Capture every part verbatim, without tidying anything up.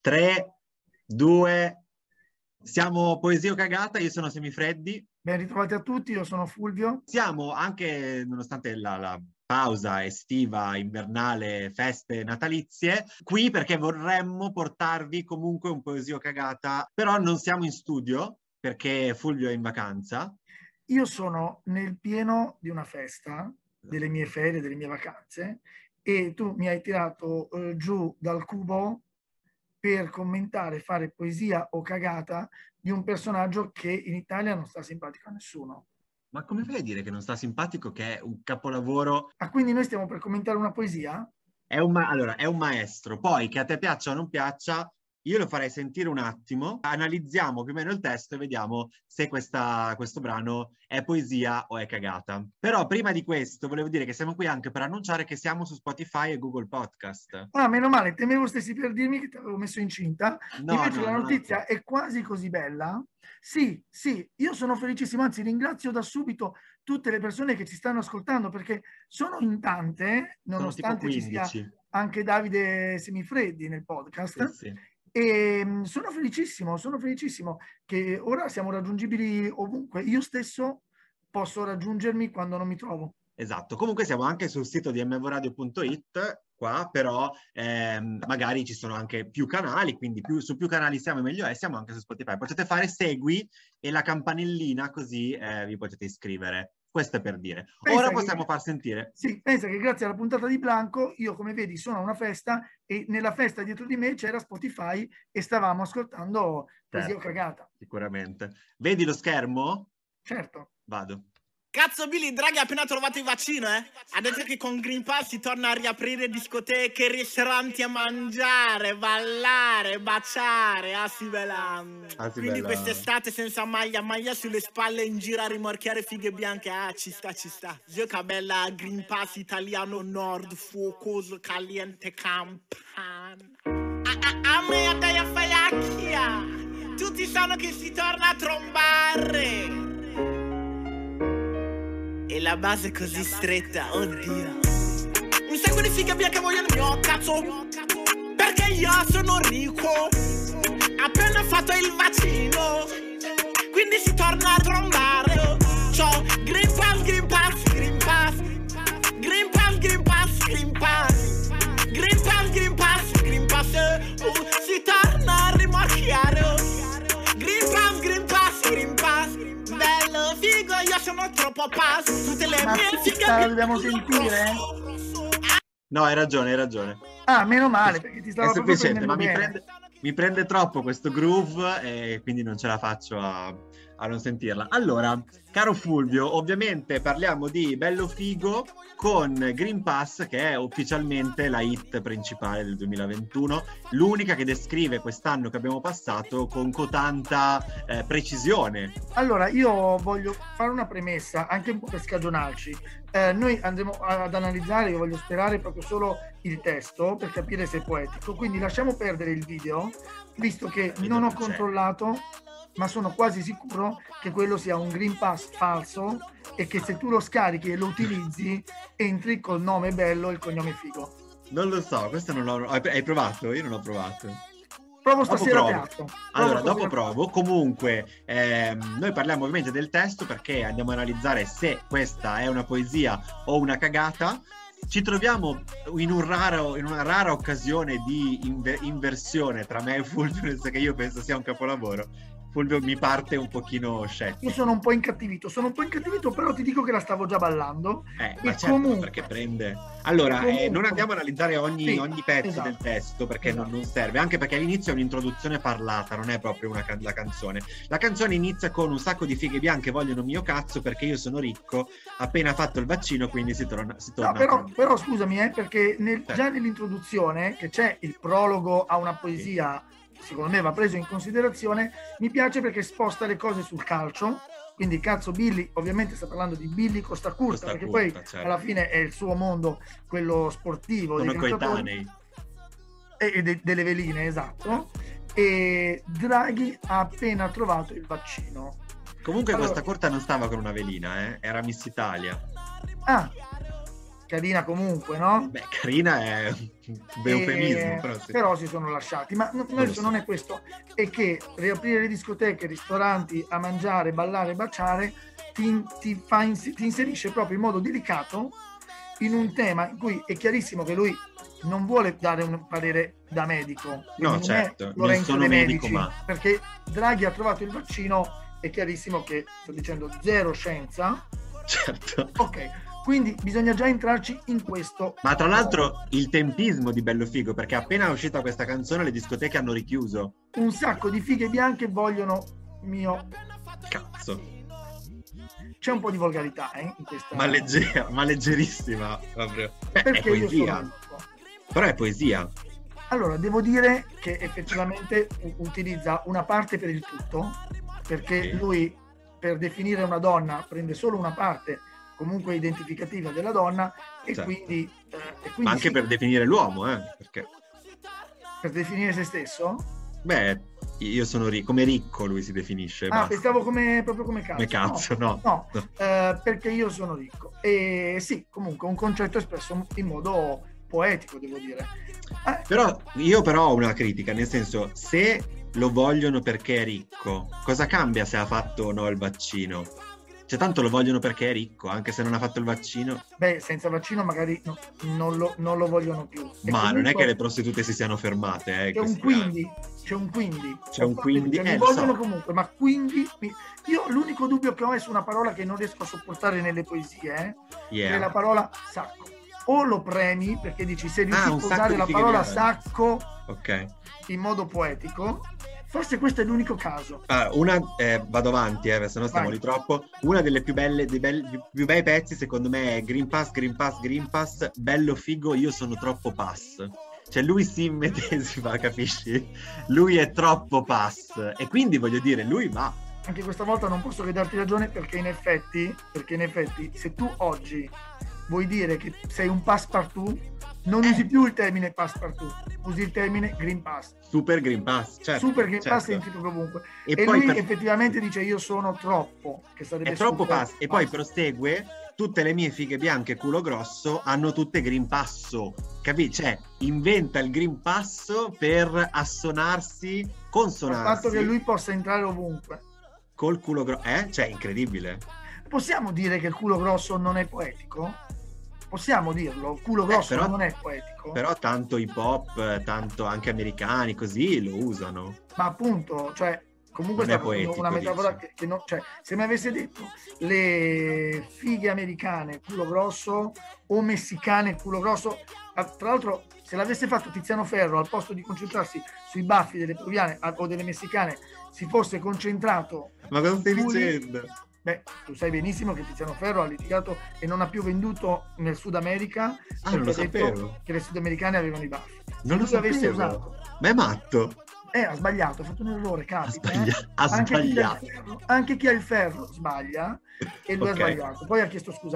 tre, due, siamo Poesia o Cagata, io sono Semifreddi. Ben ritrovati a tutti, io sono Fulvio. Siamo anche, nonostante la, la pausa estiva, invernale, feste natalizie, qui perché vorremmo portarvi comunque un Poesia o Cagata, però non siamo in studio perché Fulvio è in vacanza. Io sono nel pieno di una festa, delle mie ferie, delle mie vacanze, e tu mi hai tirato eh, giù dal cubo per commentare, fare poesia o cagata di un personaggio che in Italia non sta simpatico a nessuno. Ma come fai a dire che non sta simpatico, che è un capolavoro? Ah, quindi noi stiamo per commentare una poesia? È un, ma- allora, è un maestro, poi che a te piaccia o non piaccia, io lo farei sentire un attimo, analizziamo più o meno il testo e vediamo se questa, questo brano è poesia o è cagata. Però prima di questo volevo dire che siamo qui anche per annunciare che siamo su Spotify e Google Podcast. Ah, meno male, temevo stessi per dirmi che ti avevo messo incinta. No, Invece no, la no, notizia no. è quasi così bella. Sì, sì, io sono felicissimo, anzi ringrazio da subito tutte le persone che ci stanno ascoltando perché sono in tante, nonostante ci sia anche Davide Semifreddi nel podcast. Sì, sì. E sono felicissimo, sono felicissimo che ora siamo raggiungibili ovunque. Io stesso posso raggiungermi quando non mi trovo. Esatto, comunque siamo anche sul sito di m v radio punto i t qua, però ehm, magari ci sono anche più canali, quindi più, su più canali siamo meglio è, siamo anche su Spotify. Potete fare segui e la campanellina così eh, vi potete iscrivere. Questo è per dire. Pensa Ora che, possiamo far sentire. Sì, pensa che grazie alla puntata di Blanco, io come vedi sono a una festa e nella festa dietro di me c'era Spotify e stavamo ascoltando Poesia o Cagata. Sicuramente. Vedi lo schermo? Certo. Vado. Cazzo, Billy Draghi ha appena trovato il vaccino, eh? Ha detto che con Green Pass si torna a riaprire discoteche, ristoranti, a mangiare, ballare, baciare, ah sì bella. Ah, sì, Quindi bella. quest'estate senza maglia, maglia sulle spalle, in giro a rimorchiare fighe bianche, ah ci sta, ci sta. Gioca bella, Green Pass italiano nord, fuocoso, caliente, campana. Ah, ah, a me a te a falacchia, tutti sanno che si torna a trombare. E la base è così stretta, oddio. Un sacco di fighe bianche vogliono il mio cazzo, perché io sono ricco, appena fatto il vaccino, quindi si torna a trombare. C'ho Green Pass, Green Pass, Green Pass, Green Pass, Green Pass, Green Pass, Green Pass, Green Pass, Green Pass, uh, si torna a rimorchiare. Green Pass, Green Pass, Green Pass, bello figo, io sono troppo pass, tutte le Ma mie fighe la dobbiamo sentire? No, hai ragione, hai ragione. Ah, meno male, perché ti stavo è proprio sufficiente, ma mi bene. prende, mi prende troppo questo groove e quindi non ce la faccio a, a non sentirla. Allora, caro Fulvio, ovviamente parliamo di Bello Figo con Green Pass, che è ufficialmente la hit principale del duemilaventuno, l'unica che descrive quest'anno che abbiamo passato con cotanta eh, precisione. Allora, io voglio fare una premessa, anche un po' per scagionarci. Eh, noi andremo ad analizzare, io voglio sperare proprio solo il testo per capire se è poetico, quindi lasciamo perdere il video, visto che Video non ho c'è. controllato, ma sono quasi sicuro che quello sia un Green Pass falso e che se tu lo scarichi e lo utilizzi entri col nome bello e il cognome figo. Non lo so, questo non l'ho... Hai hai provato? Io non l'ho provato. Provo Dopo stasera provo. piatto. Provo Allora, stasera dopo provo. Comunque, ehm, noi parliamo ovviamente del testo perché andiamo a analizzare se questa è una poesia o una cagata. Ci troviamo in, un raro, in una rara occasione di inver- inversione tra me e Fulvio, nel senso che io penso sia un capolavoro. Fulvio mi parte un pochino scettico. Io sono un po' incattivito, sono un po' incattivito, però ti dico che la stavo già ballando. Eh, e ma certo, comunque, perché prende... Allora, comunque, eh, non andiamo a analizzare ogni, sì, ogni pezzo esatto, del testo perché esatto. non, non serve, anche perché all'inizio è un'introduzione parlata, non è proprio una can- la canzone. La canzone inizia con un sacco di fighe bianche vogliono mio cazzo perché io sono ricco, appena fatto il vaccino, quindi si torna, si torna No, però, a... però scusami, eh, perché nel, Certo. già nell'introduzione, che c'è il prologo a una poesia, secondo me va preso in considerazione, mi piace perché sposta le cose sul calcio, quindi cazzo Billy, ovviamente sta parlando di Billy Costa Curta, Costa perché Curta, poi certo. alla fine è il suo mondo, quello sportivo, Sono dei calciatori, coetanei. e, e de, delle veline, esatto, e Draghi ha appena trovato il vaccino. Comunque Allora- Costa Curta non stava con una velina, eh? Era Miss Italia. Ah, carina comunque, no? Beh, carina è un eufemismo, però, sì. Però si sono lasciati. Ma no, non, non è questo, è che riaprire le discoteche, ristoranti, a mangiare, ballare, baciare, ti, ti, fa, ti inserisce proprio in modo delicato in un tema in cui è chiarissimo che lui non vuole dare un parere da medico. No, non certo, non sono medico, medici, ma... Perché Draghi ha trovato il vaccino, è chiarissimo che, sto dicendo, zero scienza. Certo. Ok, quindi bisogna già entrarci in questo. Ma tra l'altro il tempismo di Bello Figo, perché appena è uscita questa canzone le discoteche hanno richiuso. Un sacco di fighe bianche vogliono mio... Cazzo. C'è un po' di volgarità eh, in questa... Ma leggera, ma leggerissima. Proprio. Beh, Perché è poesia. Io sono... Però è poesia. Allora, devo dire che effettivamente utilizza una parte per il tutto, perché sì. Lui per definire una donna prende solo una parte comunque identificativa della donna e, certo. quindi, eh, e quindi... Ma anche sì. per definire l'uomo, eh? Perché... Per definire se stesso? Beh, io sono ricco, come ricco lui si definisce. Ah, basta. Pensavo come, proprio come cazzo. Come cazzo, no. No, no, no. Eh, perché io sono ricco. E sì, comunque un concetto espresso in modo poetico, devo dire. Eh. Però io però ho una critica, nel senso, se lo vogliono perché è ricco, cosa cambia se ha fatto o no il vaccino? Cioè tanto lo vogliono perché è ricco, anche se non ha fatto il vaccino. Beh, senza vaccino magari no, non, lo, non lo vogliono più. E Ma comunque, non è che le prostitute si siano fermate. Eh, c'è, un quindi, c'è un quindi. C'è un quindi. Cioè, eh, mi vogliono so. comunque, ma quindi... Io l'unico dubbio che ho è su una parola che non riesco a sopportare nelle poesie, eh, yeah. che è la parola sacco. O lo premi, perché dici, se riesci ah, a usare la parola sacco okay. in modo poetico... Forse questo è l'unico caso. Ah, una, eh, vado avanti, eh, se no stiamo Vai. lì troppo. Una delle più belle, dei belli, più, più bei pezzi, secondo me, è Green Pass, Green Pass, Green Pass, bello figo, io sono troppo pass. Cioè lui si immedesima, capisci? Lui è troppo pass. E quindi voglio dire, lui va. Anche questa volta non posso che darti ragione perché in effetti, perché in effetti, se tu oggi vuoi dire che sei un passepartout, non usi più il termine passepartout, usi il termine Green Pass. Super Green Pass, certo. Super Green certo. Pass è in tutto ovunque. E, e poi lui per... effettivamente dice io sono troppo, che sarebbe è troppo super pass. E poi prosegue, tutte le mie fighe bianche culo grosso hanno tutte Green Passo, capisci? Cioè, inventa il Green Passo per assonarsi, consonarsi. Il fatto che lui possa entrare ovunque. Col culo grosso, eh? Cioè, incredibile. Possiamo dire che il culo grosso non è poetico? Possiamo dirlo, culo grosso eh, però, non è poetico. Però tanto hip hop, tanto anche americani così lo usano. Ma appunto, cioè, comunque non sta poetico, una metafora che, che non, cioè, se mi avesse detto le fighe americane culo grosso o messicane culo grosso, tra l'altro se l'avesse fatto Tiziano Ferro al posto di concentrarsi sui baffi delle peruviane o delle messicane, si fosse concentrato. Ma cosa stai sui... dicendo? Beh, tu sai benissimo che Tiziano Ferro ha litigato e non ha più venduto nel Sud America ah, non lo ha detto sapevo. Che le sudamericane avevano i baffi. Non lo sapevo. Avesse usato. Ma è matto. Eh, ha sbagliato, ha fatto un errore, capita. Ha, sbaglia- eh? ha anche sbagliato. Chi ferro, anche chi ha il ferro sbaglia e lui okay. ha sbagliato. Poi ha chiesto scusa.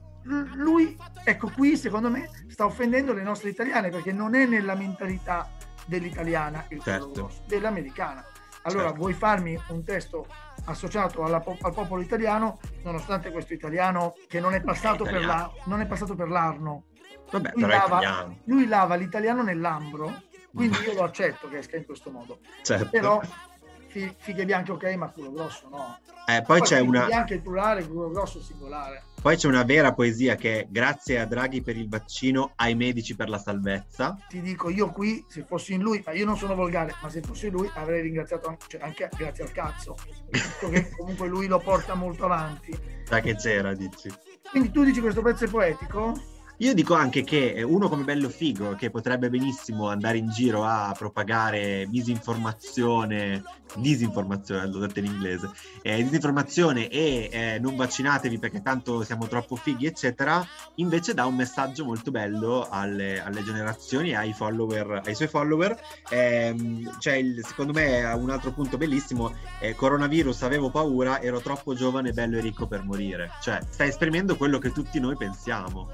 Lui, ecco qui, secondo me, sta offendendo le nostre italiane perché non è nella mentalità dell'italiana il certo. dell'americana. Allora, certo. vuoi farmi un testo associato alla, al popolo italiano, nonostante questo italiano che non è passato, è per, la, non è passato per l'Arno. Vabbè, lui, però lava, è italiano. Lui lava l'italiano nell'ambro, quindi io lo accetto che esca in questo modo. Certo. Però fi, fighe bianche ok, ma culo grosso no. Eh, poi, poi c'è fighe una... bianche il plurale, culo grosso il singolare. Poi c'è una vera poesia che è grazie a Draghi per il vaccino, ai medici per la salvezza. Ti dico, io qui, se fossi in lui, ma io non sono volgare, ma se fossi lui avrei ringraziato anche, cioè, anche grazie al cazzo, che comunque lui lo porta molto avanti. Da che c'era, dici? Quindi tu dici questo pezzo è poetico? Io dico anche che uno come Bello Figo, che potrebbe benissimo andare in giro a propagare disinformazione, disinformazione, l'ho detto in inglese, eh, disinformazione e eh, non vaccinatevi perché tanto siamo troppo fighi, eccetera, invece dà un messaggio molto bello alle, alle generazioni e ai follower, ai suoi follower. Eh, cioè, il, secondo me, un altro punto bellissimo, eh, coronavirus, avevo paura, ero troppo giovane, bello e ricco per morire. Cioè, sta esprimendo quello che tutti noi pensiamo.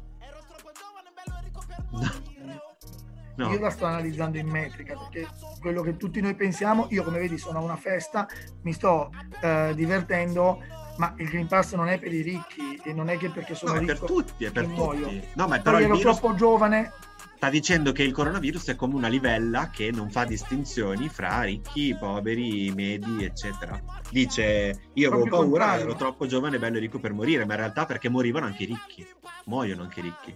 No. No. Io la sto analizzando in metrica perché quello che tutti noi pensiamo, io come vedi sono a una festa, mi sto eh, divertendo, Ma il Green Pass non è per i ricchi e non è che perché sono no, ricco è per tutti, è per che tutti. muoio. No, ma però Poi il ero virus troppo giovane. sta dicendo che il coronavirus è come una livella che non fa distinzioni fra ricchi, poveri, medi, eccetera. Dice, io avevo Proprio paura, contrario. ero troppo giovane, bello e ricco per morire, ma in realtà perché morivano anche i ricchi. Muoiono anche i ricchi.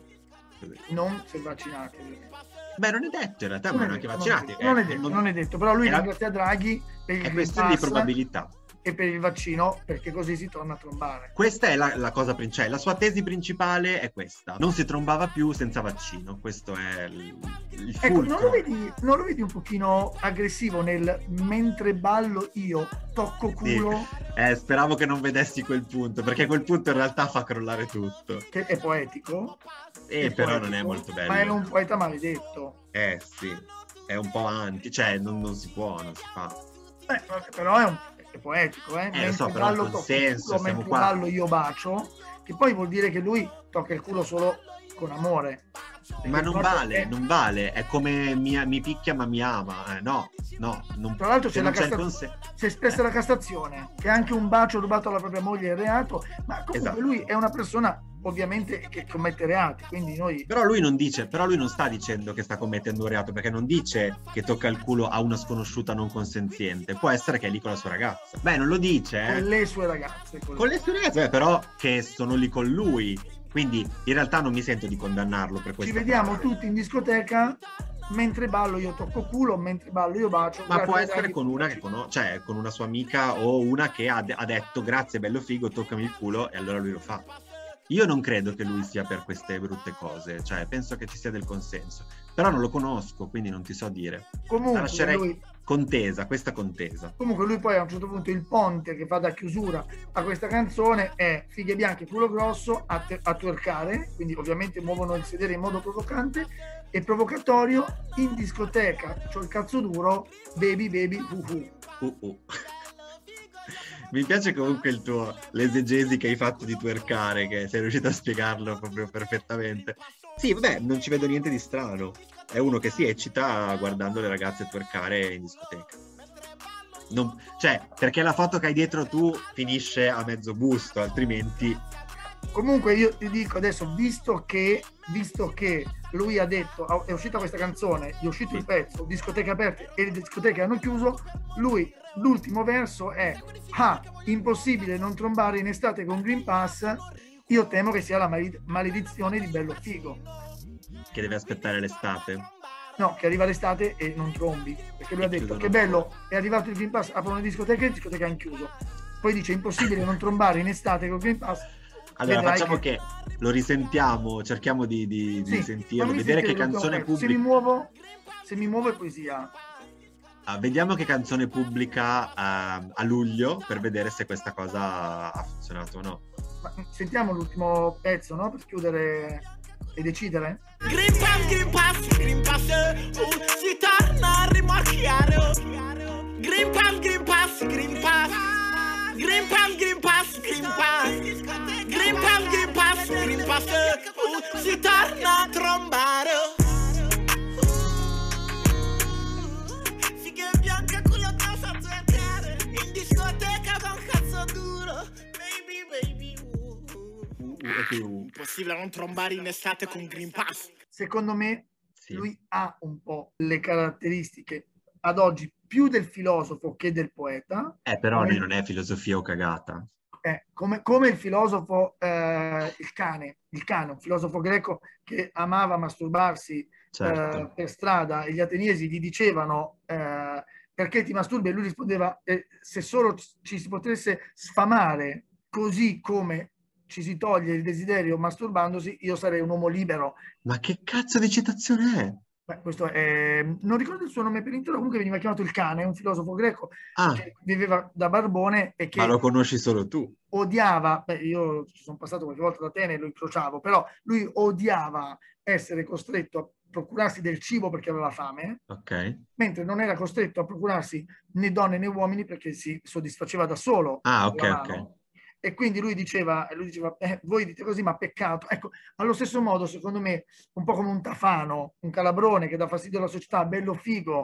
Non se vaccinati. Beh, non è detto, in realtà Non è vanno anche detto, vaccinati. non è Eh, detto, non- non è detto, però lui è la- ringrazia Draghi per il È Green questione di Pass probabilità. e per il vaccino, perché così si torna a trombare. Questa è la, la cosa principale, la sua tesi principale è questa: non si trombava più senza vaccino. Questo è il, il Ecco, non fulcro. lo, vedi, non lo vedi un pochino aggressivo nel mentre ballo io tocco culo, Eh, speravo che non vedessi quel punto, perché quel punto in realtà fa crollare tutto. che è poetico? E È però poetico, non è molto bello. Ma è un poeta maledetto. Eh sì, è un po' anti, cioè non, non si può, non si fa. Beh, però è, un, è poetico, eh? Eh, lo mentre so, però il ballo tocco consenso, culo, siamo mentre qua. ballo io bacio, che poi vuol dire che lui tocca il culo solo con amore. Perché Ma non proprio vale, è- non vale, è come mi, mi picchia ma mi ama. Eh, no, no. Non, Tra l'altro se c'è la non c'è il Cassazione, consenso. si è espressa la Cassazione, che anche un bacio rubato alla propria moglie è reato, ma comunque Esatto. lui è una persona ovviamente che commette reati, quindi noi... Però lui non dice, però lui non sta dicendo che sta commettendo un reato, perché non dice che tocca il culo a una sconosciuta non consenziente. Può essere che è lì con la sua ragazza. Beh, non lo dice, eh. Con le sue ragazze. Con Con le sue ragazze, eh, però che sono lì con lui. Quindi in realtà non mi sento di condannarlo per Ci questa vediamo frase. tutti in discoteca, mentre ballo io tocco culo, mentre ballo io bacio. Ma grazie può a essere Draghi con per una il che vaccino. conosce, cioè con una sua amica o una che ha, de- ha detto grazie bello figo, toccami il culo, e allora lui lo fa. Io non credo che lui sia per queste brutte cose, cioè penso che ci sia del consenso, però non lo conosco, quindi non ti so dire. La Comunque lascerei lui, contesa, questa contesa. comunque lui poi a un certo punto il ponte che fa da chiusura a questa canzone è fighe bianche, culo grosso, a, te- a twerkare, quindi ovviamente muovono il sedere in modo provocante e provocatorio, in discoteca, c'ho il cazzo duro, baby baby, uh uh. Uh, uh. Mi piace comunque il tuo, l'esegesi che hai fatto di twerkare, che sei riuscito a spiegarlo proprio perfettamente. Sì, vabbè, non ci vedo niente di strano. È uno che si eccita guardando le ragazze twerkare in discoteca. Non- cioè, perché la foto che hai dietro tu finisce a mezzo busto, altrimenti... Comunque io ti dico adesso, visto che, visto che lui ha detto, è uscita questa canzone, è uscito il pezzo, discoteche aperte e le discoteche hanno chiuso, lui, l'ultimo verso è, ah, impossibile non trombare in estate con Green Pass, io temo che sia la maled- maledizione di Bello Figo. che deve aspettare l'estate. No, che arriva l'estate e non trombi, perché lui E ha detto chiudono che bello, è arrivato il Green Pass, aprono le discoteche e le discoteche hanno chiuso. Poi dice, impossibile non trombare in estate con Green Pass. Allora Vedrai facciamo che... lo risentiamo, cerchiamo di, di, di Sì, sentirlo, fammi vedere che sentire l'ultimo canzone pezzo. Se mi pubblica... muovo, se mi muovo è poesia. Ah, vediamo che canzone pubblica a, a luglio per vedere se questa cosa ha funzionato o no. Ma sentiamo l'ultimo pezzo, no? Per chiudere e decidere. Green Pass, Green Pass, Green Pass, uh, si torna a rimorchiare. Green Pass, Green Pass, Green Pass, Green Pass, Green Pass, Green Pass, Green Pass, Green Pass, Green Pass, uh, si torna a trombare. Fighe bianche culo grosso a cercare, in discoteca con cazzo duro, baby, baby, uh, uh. Uh, Impossibile non trombare in estate con Green Pass. Secondo me sì. lui ha un po' le caratteristiche ad oggi più del filosofo che del poeta. Eh, però come, lì non è filosofia o cagata. eh, come, come il filosofo, eh, il cane, il cane, un filosofo greco che amava masturbarsi Certo. eh, per strada e gli ateniesi gli dicevano eh, perché ti masturbi? E lui rispondeva eh, se solo ci si potesse sfamare così come ci si toglie il desiderio masturbandosi, io sarei un uomo libero. Ma che cazzo di citazione è? Beh, questo è... non ricordo il suo nome per intero, comunque veniva chiamato il cane, un filosofo greco Ah, che viveva da barbone e che ma lo conosci solo tu. odiava, beh, io ci sono passato qualche volta da Atene e lo incrociavo, però lui odiava essere costretto a procurarsi del cibo perché aveva fame, Ok. mentre non era costretto a procurarsi né donne né uomini perché si soddisfaceva da solo. Ah, con la ok, mano. ok. E quindi lui diceva, lui diceva eh, voi dite così ma peccato. Ecco, allo stesso modo secondo me un po' come un tafano, un calabrone che dà fastidio alla società, bello figo,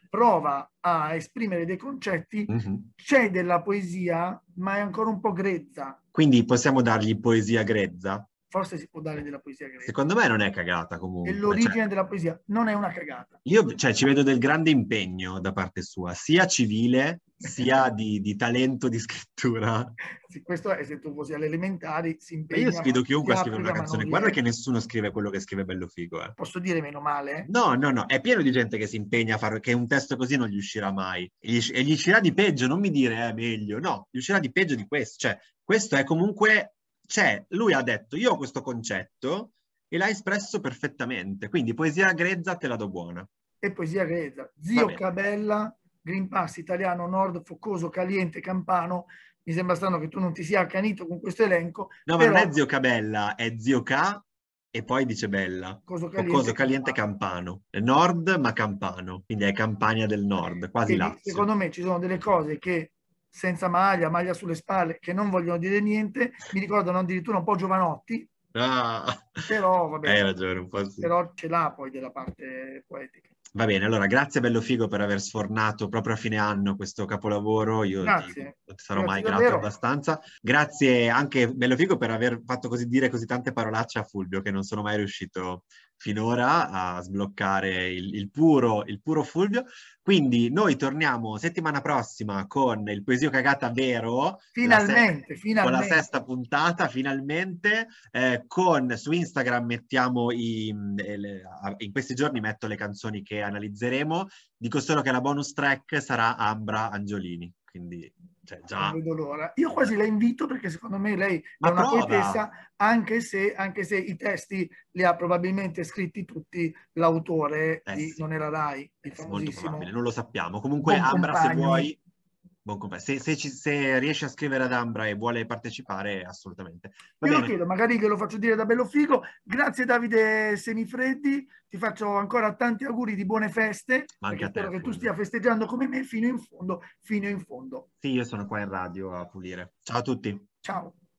prova a esprimere dei concetti, mm-hmm. c'è della poesia, ma è ancora un po' grezza. Quindi possiamo dargli poesia grezza? Forse si può dare della poesia grezza. Secondo me non è cagata comunque. E l'origine cioè, della poesia non è una cagata. Io cioè, ci vedo del grande impegno da parte sua, sia civile, sia di, di talento di scrittura. Sì, questo è, se tu fossi alle elementari, si impegna. Ma io sfido chiunque a applica, scrivere una canzone. Guarda che nessuno scrive quello che scrive Bello Figo. Eh. Posso dire meno male? No, no, no, è pieno di gente che si impegna a fare, che un testo così non gli uscirà mai. E gli, e gli uscirà di peggio, non mi dire è eh, meglio, no, gli uscirà di peggio di questo. Cioè, questo è comunque, cioè, lui ha detto, io ho questo concetto e l'ha espresso perfettamente. Quindi poesia grezza te la do buona. E poesia grezza. Zio Cabella, Green Pass italiano, Nord, Focoso, Caliente, Campano. Mi sembra strano che tu non ti sia accanito con questo elenco. No, però... ma non è Zio Cabella, è Zio K e poi dice Bella. Coso Caliente, Focoso, Caliente, Campano. Campano. Nord, ma Campano. Quindi è Campania del Nord, quasi Quindi, Lazio. secondo me ci sono delle cose che senza maglia, maglia sulle spalle, che non vogliono dire niente. Mi ricordano addirittura un po' Giovanotti. Ah, però vabbè, hai ragione, un po' sì. Però ce l'ha poi della parte poetica. Va bene, allora grazie Bello Figo per aver sfornato proprio a fine anno questo capolavoro, io grazie. Ti, non ti sarò grazie mai grato davvero. abbastanza. Grazie anche Bello Figo per aver fatto così dire così tante parolacce a Fulvio che non sono mai riuscito finora a sbloccare il, il, puro, il puro Fulvio. Quindi noi torniamo settimana prossima con il Poesia Cagata vero, finalmente, la finalmente. con la sesta puntata, finalmente, eh, con su Instagram mettiamo i, le, in questi giorni metto le canzoni che analizzeremo, dico solo che la bonus track sarà Ambra Angiolini, quindi cioè, già... Non vedo l'ora. Io quasi la invito perché secondo me lei Ma è una prova. poetessa, anche se, anche se i testi li ha probabilmente scritti tutti l'autore eh di sì. Non era Rai, il eh sì, molto famosissimo. probabile, non lo sappiamo. Comunque Buon Ambra, compagni. se vuoi... Buon compagno. Se, se, ci, se riesce a scrivere ad Ambra e vuole partecipare, assolutamente. Va Io bene. lo chiedo, magari glielo faccio dire da Bello Figo. Grazie Davide Semifreddi, ti faccio ancora tanti auguri di buone feste, Ma anche perché a te, spero che tu Fulvio. stia festeggiando come me fino in fondo, fino in fondo. Sì, io sono qua in radio a pulire. Ciao a tutti. Ciao.